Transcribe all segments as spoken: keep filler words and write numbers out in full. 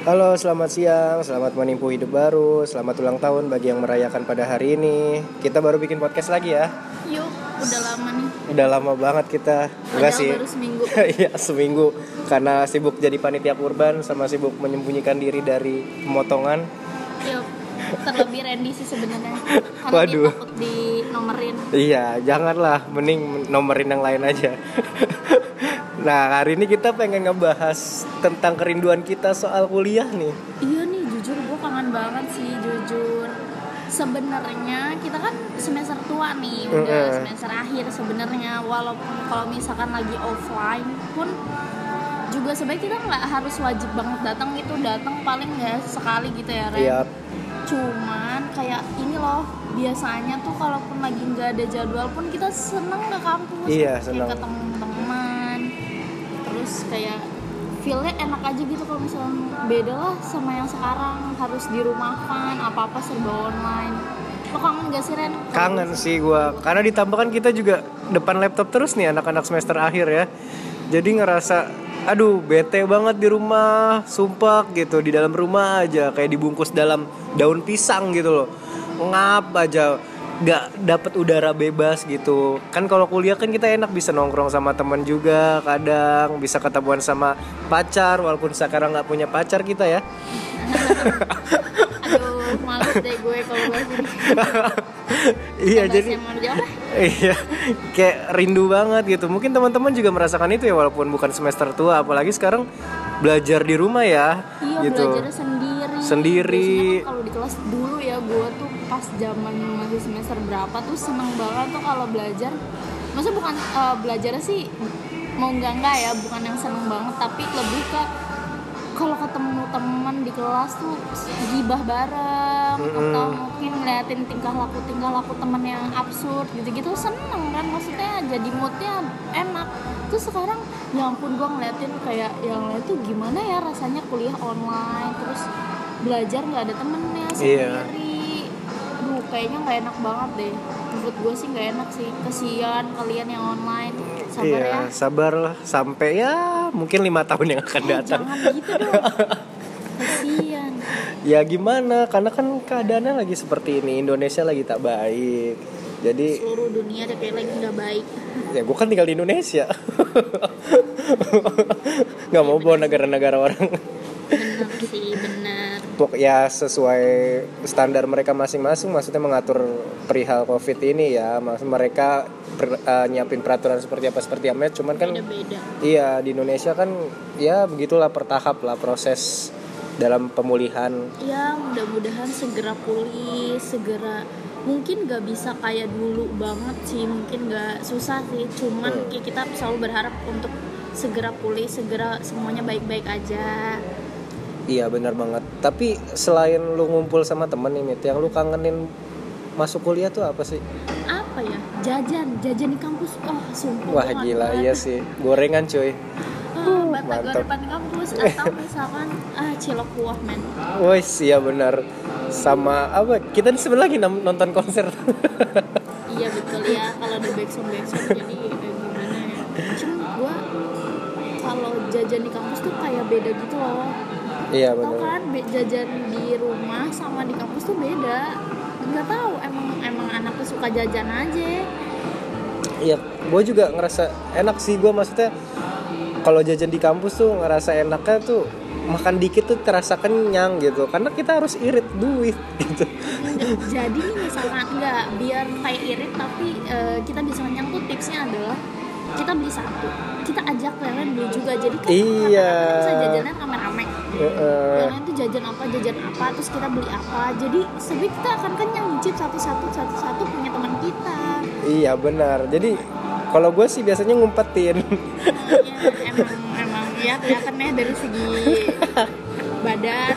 Halo, selamat siang, selamat menempuh hidup baru, selamat ulang tahun bagi yang merayakan pada hari ini. Kita baru bikin podcast lagi ya. Yuk, udah lama nih. Udah lama banget kita. Enggak Padahal sih. baru seminggu. Iya, seminggu. Karena sibuk jadi panitia kurban sama sibuk menyembunyikan diri dari pemotongan. Yuk, terlebih Randy sih sebenarnya. Karena Waduh. dia takut di nomerin. Iya, janganlah, mending nomerin yang lain aja. Nah, hari ini kita pengen ngebahas tentang kerinduan kita soal kuliah nih. Iya nih, jujur gue kangen banget sih, jujur. Sebenarnya kita kan semester tua nih, udah Mm-hmm. semester akhir sebenarnya. Walaupun kalau misalkan lagi offline pun juga sebenarnya kita nggak harus wajib banget datang itu datang paling nggak sekali gitu ya, Ren. Iya. Cuman kayak ini loh, biasanya tuh kalaupun lagi nggak ada jadwal pun kita seneng ke kampus, Iya, kayak seneng. ketemu teman, terus kayak feel-nya enak aja gitu. Kalau misalnya beda lah sama yang sekarang harus dirumahkan, apa-apa serba online. Lo kangen gak sih, Ren? Kangen sih gue, karena ditambah kan kita juga depan laptop terus nih anak-anak semester akhir ya. Jadi ngerasa, aduh bete banget di rumah, sumpah gitu. Di dalam rumah aja kayak dibungkus dalam daun pisang gitu loh. Ngap aja, gak dapet udara bebas gitu. Kan kalau kuliah kan kita enak bisa nongkrong sama teman juga. Kadang bisa ketemuan sama pacar, walaupun sekarang gak punya pacar kita ya. Aduh, males deh gue kalau bahas ini. Iya, Bahas jadi yang mana dia apa? iya, kayak rindu banget gitu. Mungkin teman-teman juga merasakan itu ya, walaupun bukan semester tua. Apalagi sekarang belajar di rumah ya. Iya, gitu. belajarnya sendiri. Sendiri. Biasanya kan kalau di kelas dulu ya, gue tuh pas zaman masih semester berapa tuh seneng banget tuh kalau belajar. Maksudnya bukan uh, belajarnya sih mau enggak enggak ya, bukan yang seneng banget, tapi lebih ke kalau ketemu teman di kelas tuh gibah bareng, Mm-mm. atau mungkin ngeliatin tingkah laku tingkah laku teman yang absurd gitu-gitu, seneng kan, maksudnya jadi moodnya enak. Terus sekarang ya ampun, gue ngeliatin kayak yang lain tuh gimana ya rasanya kuliah online terus belajar nggak ada temennya sendiri. Aduh, kayaknya nggak enak banget deh. Menurut gue sih nggak enak sih. Kasian kalian yang online. Sabar iya, ya. sabar lah sampai ya mungkin lima tahun yang akan Eh, datang. jangan gitu dong. Kasian. Ya gimana? Karena kan keadaannya lagi seperti ini, Indonesia lagi tak baik. Jadi Seluruh dunia deh kayak lagi nggak baik. ya gue kan tinggal di Indonesia. Nggak mau bawa negara-negara orang. Bener sih, bener. Pok- ya sesuai standar mereka masing-masing, maksudnya mengatur perihal COVID ini ya. Maksud mereka per, uh, nyiapin peraturan seperti apa seperti apa. Cuman kan Beda-beda. iya di Indonesia kan ya begitulah pertahap lah proses dalam pemulihan. Ya mudah-mudahan segera pulih, segera. Mungkin gak bisa kayak dulu banget sih, mungkin gak susah sih. Cuman Hmm. kita selalu berharap untuk segera pulih, segera semuanya baik-baik aja. Iya benar banget. Tapi selain lu ngumpul sama temen nih Mit, yang lu kangenin masuk kuliah tuh apa sih? Apa ya? Jajan, jajan di kampus. Oh, sumpah. Wah gua gila, kangen iya banget. sih. Gorengan cuy. Ah, batagor mantap. depan kampus atau misalkan ah cilok kuah men. Wih, iya benar. Sama apa? Kita sebenarnya lagi nom- nonton konser. Iya betul ya, kalau di backsound backsound jadi eh, gimana ya? Cuma gua kalau jajan di kampus tuh kayak beda gitu loh. Iya Tahu benar. kan be- jajan di rumah sama di kampus tuh beda. Nggak tahu, emang emang anaknya suka jajan aja. Iya, gue juga ngerasa enak sih. Gue maksudnya kalau jajan di kampus tuh ngerasa enaknya tuh makan dikit tuh terasa kenyang gitu. Karena kita harus irit duit gitu. Jadi nih misalkan enggak biar kayak irit tapi eh, kita bisa kenyang tuh tipsnya adalah kita beli satu, kita ajak yang lain beli juga. Jadi kan Iya. kadang-kadang bisa jajannya rame-rame. Heeh. Yang lain tuh jajan apa, jajan apa, terus kita beli apa. Jadi sebenarnya kita akan kenyang nyicip satu-satu satu-satu punya teman kita. Iya benar. Jadi kalau gue sih biasanya ngumpetin. Ya, emang emang ya kelihatannya dari segi badan.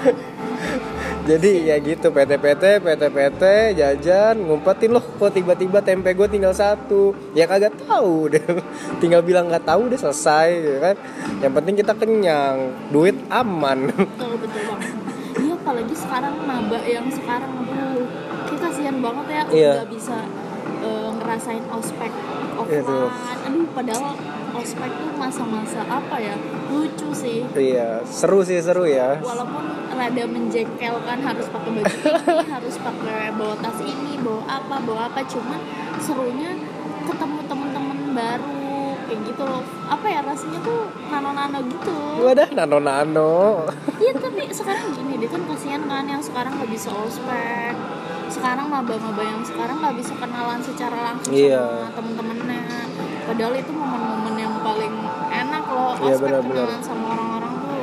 Jadi ya gitu, P T P T, P T P T, jajan, ngumpetin loh kok tiba-tiba tempe gue tinggal satu. Ya kagak tahu deh. Tinggal bilang nggak tahu deh, selesai gitu kan. Yang penting kita kenyang, duit aman. Betul betul banget. Iya apalagi sekarang maba yang sekarang aduh, kayak kasihan banget ya Iya. nggak bisa eh, ngerasain ospek Iya tuh. offline. Aduh padahal ospek tuh masa-masa apa ya, lucu sih. Iya, seru sih, seru ya. Walaupun rada menjengkelkan, harus pakai baju ini, harus pakai bawa tas ini, bawa apa, bawa apa. Cuman serunya ketemu teman-teman baru kayak gitu loh. Apa ya, rasanya tuh nano-nano gitu. Wadah, nano-nano. Iya, tapi sekarang gini deh, kan kasihan kan yang sekarang nggak bisa ospek. Sekarang maba-maba yang sekarang nggak bisa kenalan secara langsung Iya. sama temen-temennya. Padahal itu momen-momen yang paling enak loh, Iya, ospek benar-benar. kenalan sama orang-orang tuh.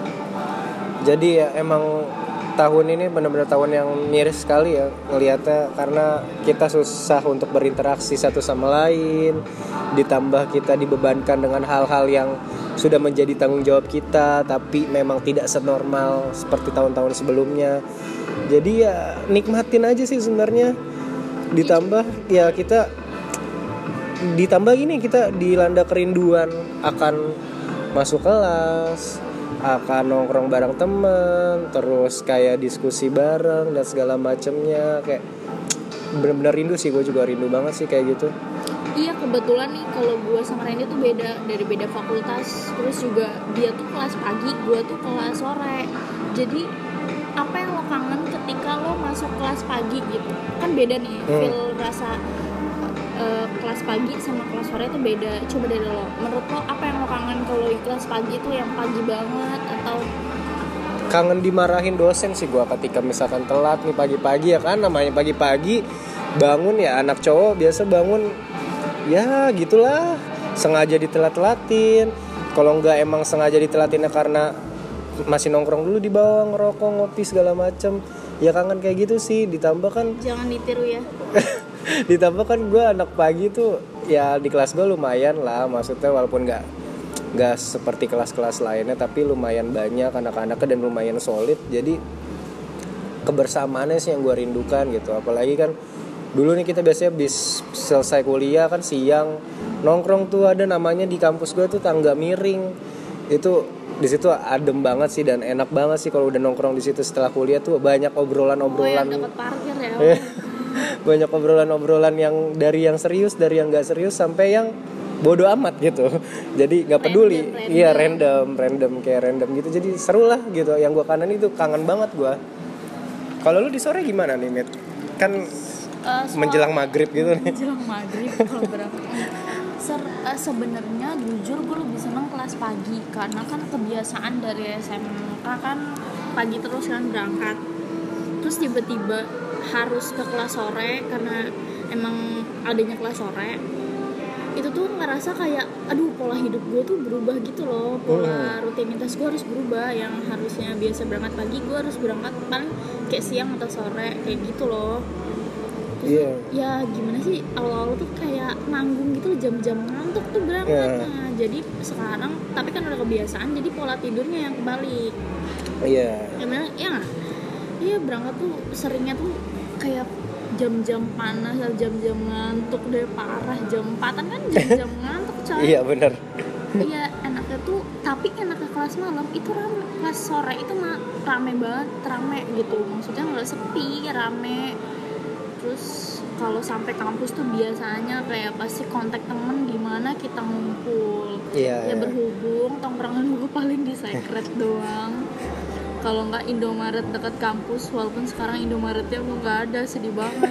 Jadi ya emang tahun ini benar-benar tahun yang miris sekali ya ngelihatnya, karena kita susah untuk berinteraksi satu sama lain, ditambah kita dibebankan dengan hal-hal yang sudah menjadi tanggung jawab kita tapi memang tidak senormal seperti tahun-tahun sebelumnya. Jadi ya nikmatin aja sih sebenarnya. Ditambah ya kita ditambah ini kita dilanda kerinduan akan masuk kelas, akan nongkrong bareng teman, terus kayak diskusi bareng dan segala macemnya. Kayak bener-bener rindu sih, gue juga rindu banget sih kayak gitu. Iya, kebetulan nih kalau gue sama Randy tuh beda, dari beda fakultas. Terus juga dia tuh kelas pagi, gue tuh kelas sore. Jadi apa yang lo kangen ketika lo masuk kelas pagi gitu? Kan beda nih, Hmm. feel rasa uh, kelas pagi sama kelas sore itu beda. Coba dari lo, menurut lo apa yang lo kangen kalau di kelas pagi tuh yang pagi banget, atau Kangen dimarahin dosen sih gue ketika misalkan telat nih pagi-pagi ya kan, namanya pagi-pagi bangun ya anak cowok biasa bangun ya gitulah, sengaja ditelat-telatin. Kalau enggak emang sengaja ditelatinnya karena masih nongkrong dulu di bawah, ngerokok, ngopi segala macem. Ya kangen kayak gitu sih. Ditambah kan jangan ditiru ya. ditambah kan gue anak pagi tuh ya di kelas gue lumayan lah, maksudnya walaupun nggak nggak seperti kelas-kelas lainnya tapi lumayan banyak anak-anaknya dan lumayan solid. Jadi kebersamaannya sih yang gue rindukan gitu. Apalagi kan dulu nih kita biasanya bis selesai kuliah kan siang nongkrong tuh, ada namanya di kampus gue tuh tangga miring. Itu di situ adem banget sih dan enak banget sih kalau udah nongkrong di situ setelah kuliah tuh, banyak Oh, obrolan-obrolan. yang dapat parkir ya. Banyak obrolan-obrolan yang dari yang serius, dari yang nggak serius sampai yang bodoh amat gitu. Jadi nggak peduli. Random, Iya random. random, random kayak random gitu. Jadi seru lah gitu. Yang gue kangen itu, kangen banget gue. Kalau lu di sore gimana nih, Mit? Kan Uh, soal- menjelang maghrib gitu nih. menjelang maghrib kalau berangkat Ser, uh, sebenarnya jujur gue lebih seneng kelas pagi karena kan kebiasaan dari S M K kan pagi terus kan berangkat, terus tiba-tiba harus ke kelas sore karena emang adanya kelas sore. Itu tuh ngerasa kayak aduh, pola hidup gue tuh berubah gitu loh, pola rutinitas gue harus berubah. Yang harusnya biasa berangkat pagi, gue harus berangkat paling kayak siang atau sore kayak gitu loh. Iya. Ya gimana sih, awal-awal tuh kayak nanggung gitu, jam-jam ngantuk tuh berangkatnya. Yeah. Jadi sekarang tapi kan udah kebiasaan, jadi pola tidurnya yang kebalik. Iya. Emang ya nggak? Iya, berangkat tuh seringnya tuh kayak jam-jam panas, jam-jam ngantuk deh, parah. Jam empatan kan jam-jam ngantuk coy. Iya benar. Iya, enaknya tuh, tapi enaknya kelas malam itu rame. Kelas sore itu mah rame banget, rame gitu. Maksudnya nggak sepi, rame. Terus kalau sampai kampus tuh biasanya kayak pasti kontak temen gimana kita ngumpul. Iya. Ya berhubung tongkrongan gue paling di Secret doang. Kalau nggak Indomaret dekat kampus, walaupun sekarang Indomaretnya udah nggak ada, sedih banget.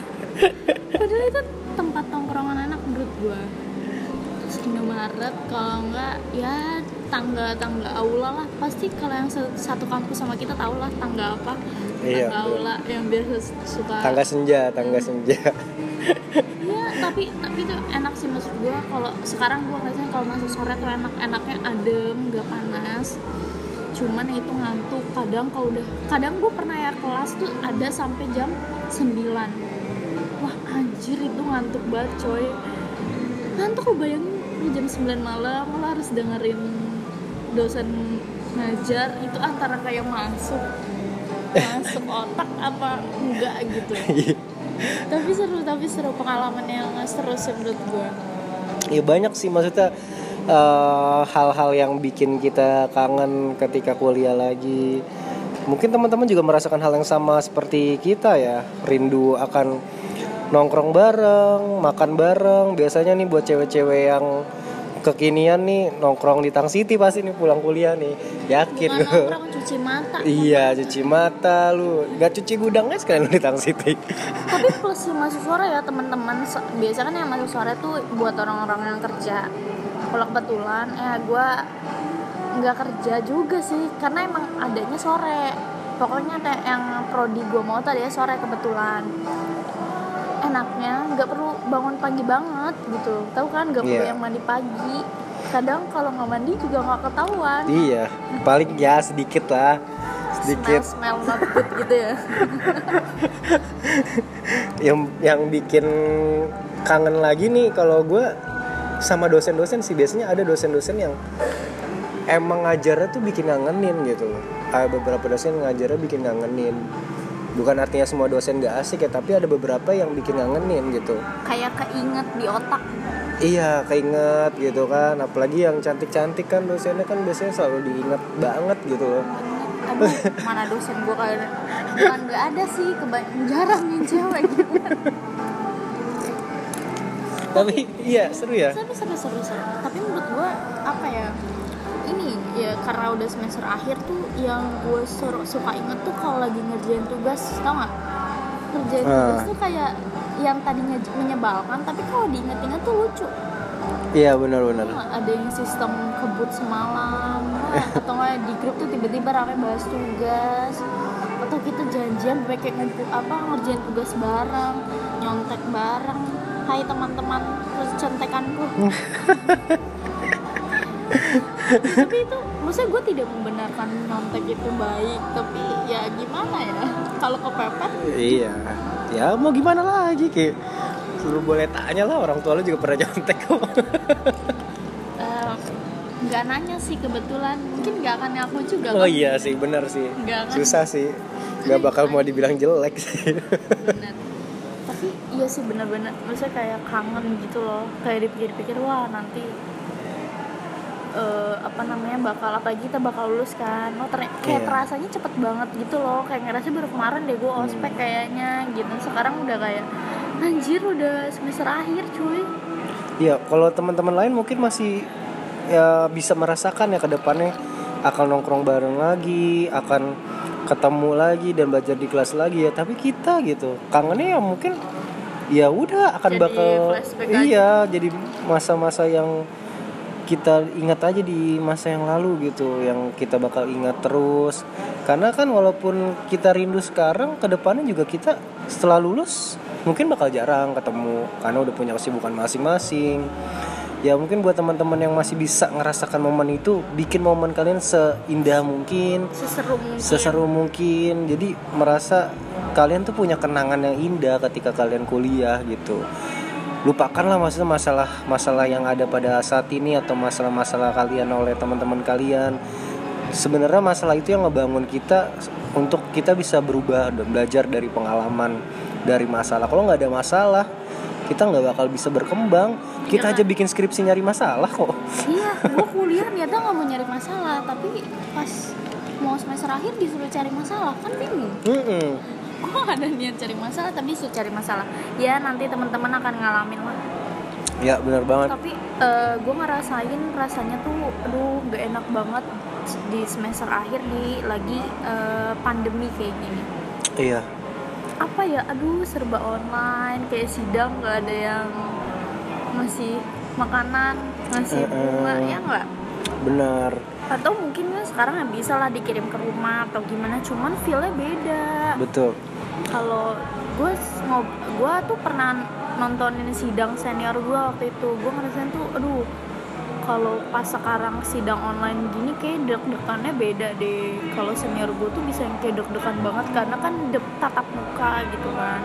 Padahal itu tempat tongkrongan anak menurut gue. Terus Indomaret, kalau nggak ya tangga-tangga aula lah. Pasti kalau yang satu kampus sama kita tau lah tangga apa. Iya, Tangga aula yang biasa suka. Tangga senja, tangga senja. Iya, tapi tapi itu enak sih maksud gue. Kalau sekarang gue ngerasa kalau masuk sore tuh enak, enaknya adem, gak panas. Cuman itu ngantuk. Kadang kalau udah, kadang gue pernah ya kelas tuh ada sampai jam sembilan. Wah anjir, itu ngantuk banget coy. Ngantuk, lo bayangin lu jam sembilan malam lo harus dengerin dosen ngajar, itu antara kayak masuk masuk otak apa enggak gitu. Tapi seru, tapi seru, pengalaman yang seru sih menurut gue. Ya banyak sih, maksudnya uh, hal-hal yang bikin kita kangen ketika kuliah lagi. Mungkin teman-teman juga merasakan hal yang sama seperti kita ya, rindu akan nongkrong bareng, makan bareng. Biasanya nih buat cewek-cewek yang kekinian nih nongkrong di Tang City pasti nih pulang kuliah nih, yakin Bukan gue. nongkrong, cuci mata. Iya, cuci mata lu. Gak cuci gudangnya sekalian lu di Tang City. Tapi plus masuk sore ya teman-teman. So- biasa kan yang masuk sore tuh buat orang-orang yang kerja. Kalau kebetulan ya gue nggak kerja juga sih, karena emang adanya sore. Pokoknya kayak yang prodi gue mau tadi ya sore kebetulan. Enaknya nggak perlu bangun pagi banget gitu, tahu kan, nggak perlu Iya. yang mandi pagi. Kadang kalau nggak mandi juga nggak ketahuan. Iya, paling ya sedikit lah, sedikit. Smell smell not good gitu ya. yang yang bikin kangen lagi nih kalau gue sama dosen-dosen sih, biasanya ada dosen-dosen yang emang ngajarnya tuh bikin ngangenin gitu. Ada beberapa dosen yang ngajarnya bikin ngangenin. Bukan artinya semua dosen gak asik ya, tapi ada beberapa yang bikin ngangenin gitu. Kayak keinget di otak. Iya, keinget gitu kan. Apalagi yang cantik-cantik kan dosennya kan biasanya selalu diingat banget gitu loh. Aduh, mana dosen gue kayak bukan nggak ada sih, kebanyakan jarang yang cewek gitu. Tapi iya seru ya. Tapi seru-seru seru. Tapi menurut gue apa ya? Ini ya karena udah semester akhir tuh yang gue seru, suka inget tuh kalau lagi ngerjain tugas, tau nggak? Ngerjain Ah. tugas tuh kayak yang tadinya menyebalkan, tapi kalau diinget-inget tuh lucu. Iya benar-benar. Tau nggak? Ada yang sistem kebut semalam, atau nggak di grup tuh tiba-tiba rame bahas tugas, atau kita janjian kayak ngumpul apa ngerjain tugas bareng, nyontek bareng. Hai teman-teman, terus contekanku. Tapi itu maksudnya gue tidak membenarkan nyontek itu baik, tapi ya gimana ya kalau kepepet. Iya. Ya mau gimana lagi kayak lu boleh tanya lah, orang tua lu juga pernah nyontek kok. eh, nggak nanya sih kebetulan, mungkin nggak akan ngaku juga Oh kan? iya sih, benar sih. Nggak kan? Susah sih. Gak bakal mau dibilang jelek sih. Bener. Tapi iya sih benar-benar, maksudnya kayak kangen gitu loh, kayak dipikir-pikir wah nanti eh, apa namanya bakal apalagi kita bakal lulus kan, oh ternyata kayak Iya. terasanya cepet banget gitu loh, kayak ngerasa baru kemarin deh gue ospek Hmm. kayaknya gitu. Sekarang udah kayak anjir udah semester akhir cuy. Iya, kalau teman-teman lain mungkin masih ya bisa merasakan ya ke depannya akan nongkrong bareng lagi, akan ketemu lagi dan belajar di kelas lagi ya. Tapi kita gitu, kangennya ya mungkin ya udah akan Jadi bakal flashback aja. iya, jadi masa-masa yang kita ingat aja di masa yang lalu gitu, yang kita bakal ingat terus. Karena kan walaupun kita rindu sekarang, ke depannya juga kita setelah lulus mungkin bakal jarang ketemu karena udah punya kesibukan masing-masing. Ya mungkin buat teman-teman yang masih bisa ngerasakan momen itu, bikin momen kalian seindah mungkin, Seseru mungkin. seseru mungkin. Jadi merasa kalian tuh punya kenangan yang indah ketika kalian kuliah gitu. Lupakanlah maksudnya masalah-masalah yang ada pada saat ini atau masalah-masalah kalian oleh teman-teman kalian. Sebenarnya masalah itu yang ngebangun kita untuk kita bisa berubah dan belajar dari pengalaman, dari masalah. Kalau nggak ada masalah, kita nggak bakal bisa berkembang. Kita Iya. aja bikin skripsi nyari masalah kok. Iya, gue kuliah niatnya nggak mau nyari masalah, tapi pas mau semester akhir disuruh cari masalah, kan bingung. Mm-mm. Gue ada niat cari masalah, tapi disuruh cari masalah. Ya nanti teman-teman akan ngalamin lah. Ya benar banget. Tapi gue ngerasain rasanya tuh, aduh, gak enak banget di semester akhir di lagi eh, pandemi kayak gini. Iya. Apa ya, aduh serba online, kayak sidang gak ada yang ngasih makanan, ngasih Eh, eh. bunga, ya nggak? Benar. Atau mungkin ya sekarang nggak bisa lah dikirim ke rumah atau gimana, cuman feelnya beda. Betul. Kalau gue ngob gue tuh pernah nontonin sidang senior gue waktu itu, gue ngerasain tuh aduh kalau pas sekarang sidang online gini kayak deg-degannya beda deh. Kalau senior gue tuh bisa yang kayak deg-degan banget karena kan de- tatap muka gitu kan.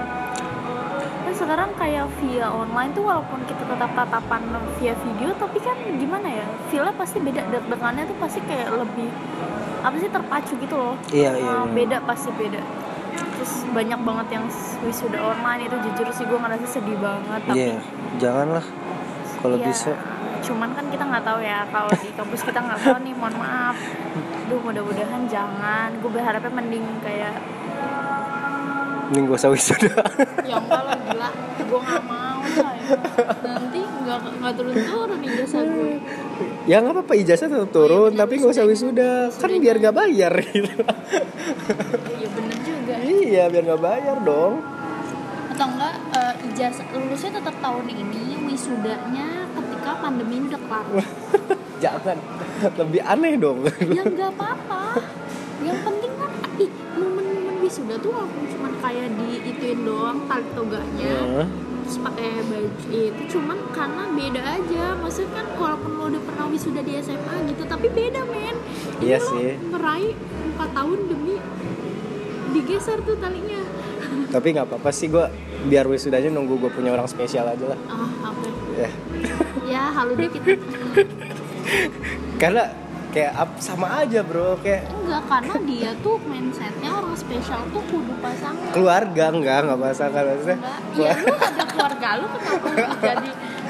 Dan sekarang kayak via online tuh walaupun kita tetap tatapan via video, tapi kan gimana ya, feelnya pasti beda, deg-degannya tuh pasti kayak lebih apa sih, terpacu gitu loh. Iya, iya, Uh, iya. beda, pasti beda. Terus banyak banget yang wisuda online itu, jujur sih gue ngerasa sedih banget. Tapi Iya, janganlah kalau ya, bisa. cuman kan kita nggak tahu ya, kalau di kampus kita nggak tahu nih, mohon maaf. Duh, mudah-mudahan jangan. Gue berharapnya mending kayak Mending gak usah wisuda. ya enggak lah, gila, gue nggak mau. udah ya. Nanti nggak nggak turun-turun ijazah gue. Ya nggak apa-apa, ijazah tetap turun, tapi nggak usah wisuda, kan biar nggak bayar gitu. Iya bener juga. Iya, biar nggak bayar dong. Atau enggak uh, ijazah lulusnya tetap tahun ini, wisudanya ketika pandemi ini udah kelar. Jangan, lebih aneh dong. Ya nggak apa-apa. Yang penting kan, ih, momen-momen wisuda tuh walaupun cuma kayak diituin doang tali toganya, Uh. terus pakai baju itu, cuman karena beda aja. Maksudnya kan walaupun lo udah pernah wisuda di S M A gitu, tapi beda men. Ini Iya lo sih. meraih empat tahun demi digeser tuh talinya. Tapi nggak apa-apa sih, gue biar wisudanya nunggu gue punya orang spesial aja lah. Ah, oke. Ya. Ya halu dikit. Karena kayak up, sama aja bro, kayak Enggak, karena dia tuh mindsetnya orang spesial tuh kudu pasangan. keluarga, enggak nggak pasangan maksudnya. Enggak, ya lu ada keluarga lu, kenapa lu jadi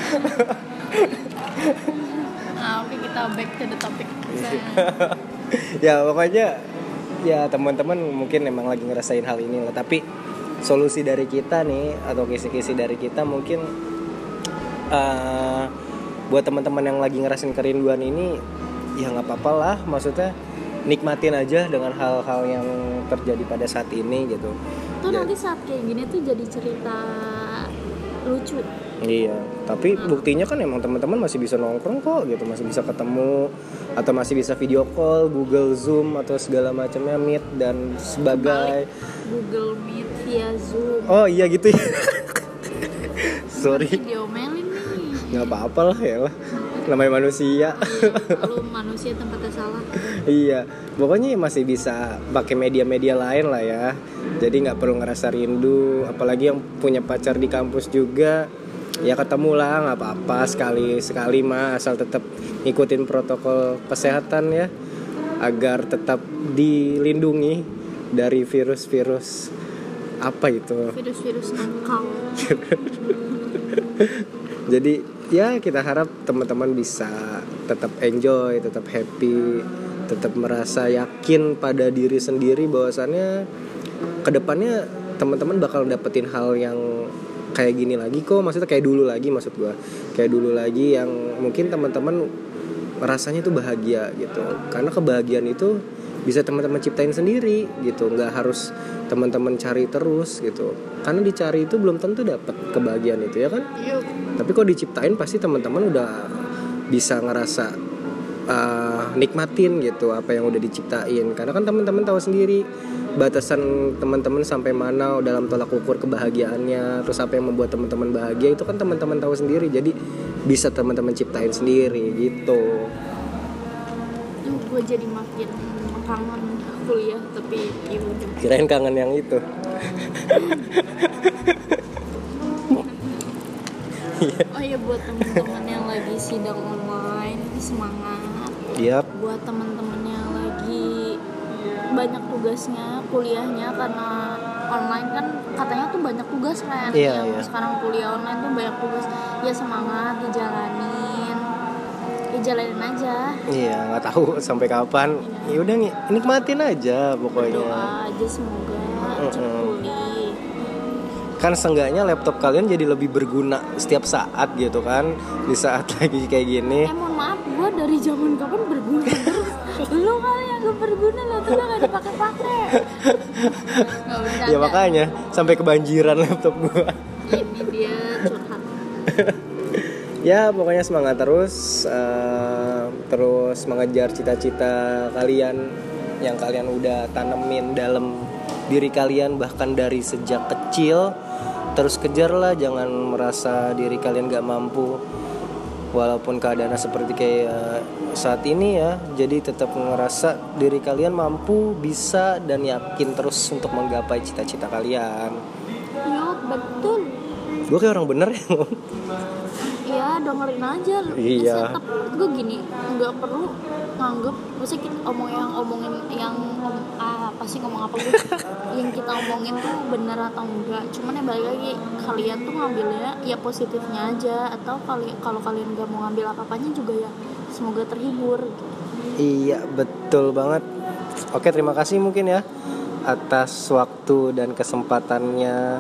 nah, oke kita back to the topic. Ya pokoknya ya teman-teman mungkin emang lagi ngerasain hal ini lah, tapi solusi dari kita nih atau kisi-kisi dari kita mungkin uh, buat teman-teman yang lagi ngerasain kerinduan ini, ya nggak apa-apa lah, maksudnya nikmatin aja dengan hal-hal yang terjadi pada saat ini gitu. Tuh Ya. nanti saat kayak gini tuh jadi cerita lucu. Iya, tapi buktinya kan emang teman-teman masih bisa nongkrong kok gitu, masih bisa ketemu atau masih bisa video call, Google Zoom atau segala macamnya, Meet dan sebagai. Google Meet via Zoom. Oh iya gitu ya. Sorry, Video melin nih. nggak apa-apa lah ya lah, namanya manusia. Iya, lu manusia tempatnya salah. Iya, pokoknya masih bisa pakai media-media lain lah ya. Jadi nggak perlu ngerasa rindu, apalagi yang punya pacar di kampus juga. Ya ketemu lah, nggak apa-apa, sekali-sekali mah, asal tetap ngikutin protokol kesehatan ya, agar tetap dilindungi dari virus-virus apa itu. Virus-virus nakal. Jadi ya kita harap teman-teman bisa tetap enjoy, tetap happy, tetap merasa yakin pada diri sendiri bahwasannya kedepannya teman-teman bakal dapetin hal yang kayak gini lagi kok, maksudnya kayak dulu lagi, maksud gue kayak dulu lagi yang mungkin teman-teman rasanya tuh bahagia gitu, karena kebahagiaan itu bisa teman-teman ciptain sendiri gitu, nggak harus teman-teman cari terus gitu, karena dicari itu belum tentu dapat kebahagiaan itu ya kan. Yuk. Tapi kok diciptain pasti teman-teman udah bisa ngerasa uh, nikmatin gitu apa yang udah diciptain, karena kan teman-teman tahu sendiri batasan teman-teman sampai mana dalam tolak ukur kebahagiaannya, terus apa yang membuat teman-teman bahagia itu kan teman-teman tahu sendiri, jadi bisa teman-teman ciptain sendiri gitu. Duh, gue jadi makin kangen kuliah, tapi ya udah. Kirain kangen yang itu. Oh iya, buat teman-teman yang lagi sidang online, semangat. Yap. Buat teman-teman yang lagi banyak tugasnya kuliahnya karena online kan katanya tuh banyak tugas kan. Iya, yang iya. sekarang kuliah online tuh banyak tugas. Ya semangat, dijalanin. Dijalanin aja. Iya, nggak tahu sampai kapan. Ya udah nih, nikmatin aja pokoknya. Doa aja semoga cepet pulih. Kan seenggaknya laptop kalian jadi lebih berguna setiap saat gitu kan, di saat lagi kayak gini. Eh mohon maaf, gue dari zaman kapan berguna terus? Lu kali yang gak berguna, lo tuh gak dipakai-pakai. Gak bercanda. Ya makanya sampai kebanjiran laptop gua. Ini dia curhat. Ya pokoknya semangat terus, uh, terus mengejar cita-cita kalian yang kalian udah tanemin dalam diri kalian bahkan dari sejak kecil. Terus kejarlah, jangan merasa diri kalian gak mampu walaupun keadaannya seperti kayak saat ini ya. Jadi tetap ngerasa diri kalian mampu, bisa, dan yakin terus untuk menggapai cita-cita kalian. Iya betul. Gue kayak orang bener ya. Iya dengerin aja. Iya. Tapi gue gini, nggak perlu nganggep maksudnya kita omong yang omongin yang om, ah, apa sih ngomong apa gue yang kita omongin tuh benar atau enggak. Cuman ya balik lagi, kalian tuh ngambilnya ya positifnya aja, atau kali kalau kalian nggak mau ngambil apa-apanya juga ya semoga terhibur gitu. Iya betul banget. Oke, terima kasih mungkin ya atas waktu dan kesempatannya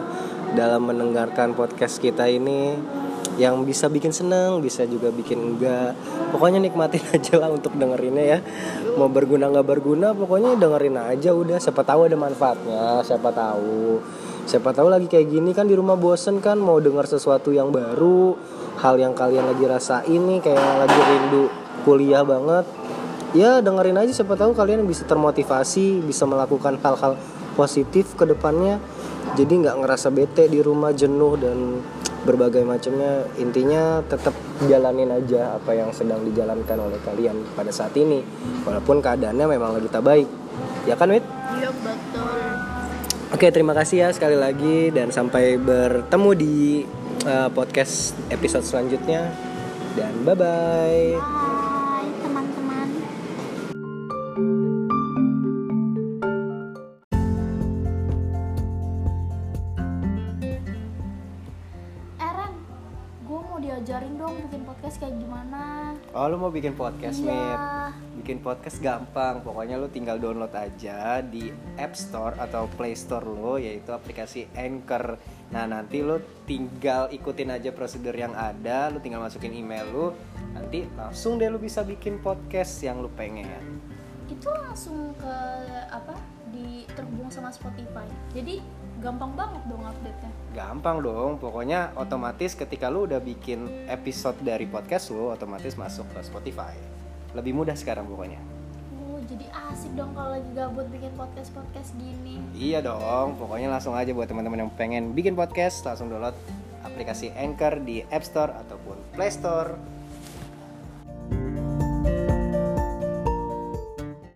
dalam mendengarkan podcast kita ini, yang bisa bikin seneng, bisa juga bikin enggak. Pokoknya nikmatin aja lah untuk dengerinnya ya. Mau berguna nggak berguna, pokoknya dengerin aja udah. Siapa tahu ada manfaatnya, siapa tahu. Siapa tahu lagi kayak gini kan di rumah bosen kan, mau dengar sesuatu yang baru, hal yang kalian lagi rasain nih, kayak lagi rindu kuliah banget. Ya dengerin aja, siapa tahu kalian bisa termotivasi, bisa melakukan hal-hal positif ke depannya. Jadi nggak ngerasa bete di rumah, jenuh dan berbagai macamnya. Intinya tetap jalanin aja apa yang sedang dijalankan oleh kalian pada saat ini, walaupun keadaannya memang lagi tak baik. Ya kan, Wit? Iya betul. Oke, terima kasih ya sekali lagi, dan sampai bertemu di uh, podcast episode selanjutnya, dan bye-bye. Bye teman-teman. Eren, gue mau diajarin dong bikin podcast kayak gimana. Oh, lu mau bikin podcast, Iya. Mit? Bikin podcast gampang, pokoknya lu tinggal download aja di App Store atau Play Store lo, yaitu aplikasi Anchor. Nah, nanti lu tinggal ikutin aja prosedur yang ada, lu tinggal masukin email lu, nanti langsung deh lu bisa bikin podcast yang lu pengen. Itu langsung ke apa? Di terhubung sama Spotify. Jadi gampang banget dong update-nya. Gampang dong, pokoknya otomatis ketika lu udah bikin episode dari podcast lu, otomatis masuk ke Spotify. Lebih mudah sekarang pokoknya. Oh, jadi asik dong kalau lagi gabut bikin podcast-podcast gini. Iya dong, pokoknya langsung aja buat teman-teman yang pengen bikin podcast, langsung download aplikasi Anchor di App Store ataupun Play Store.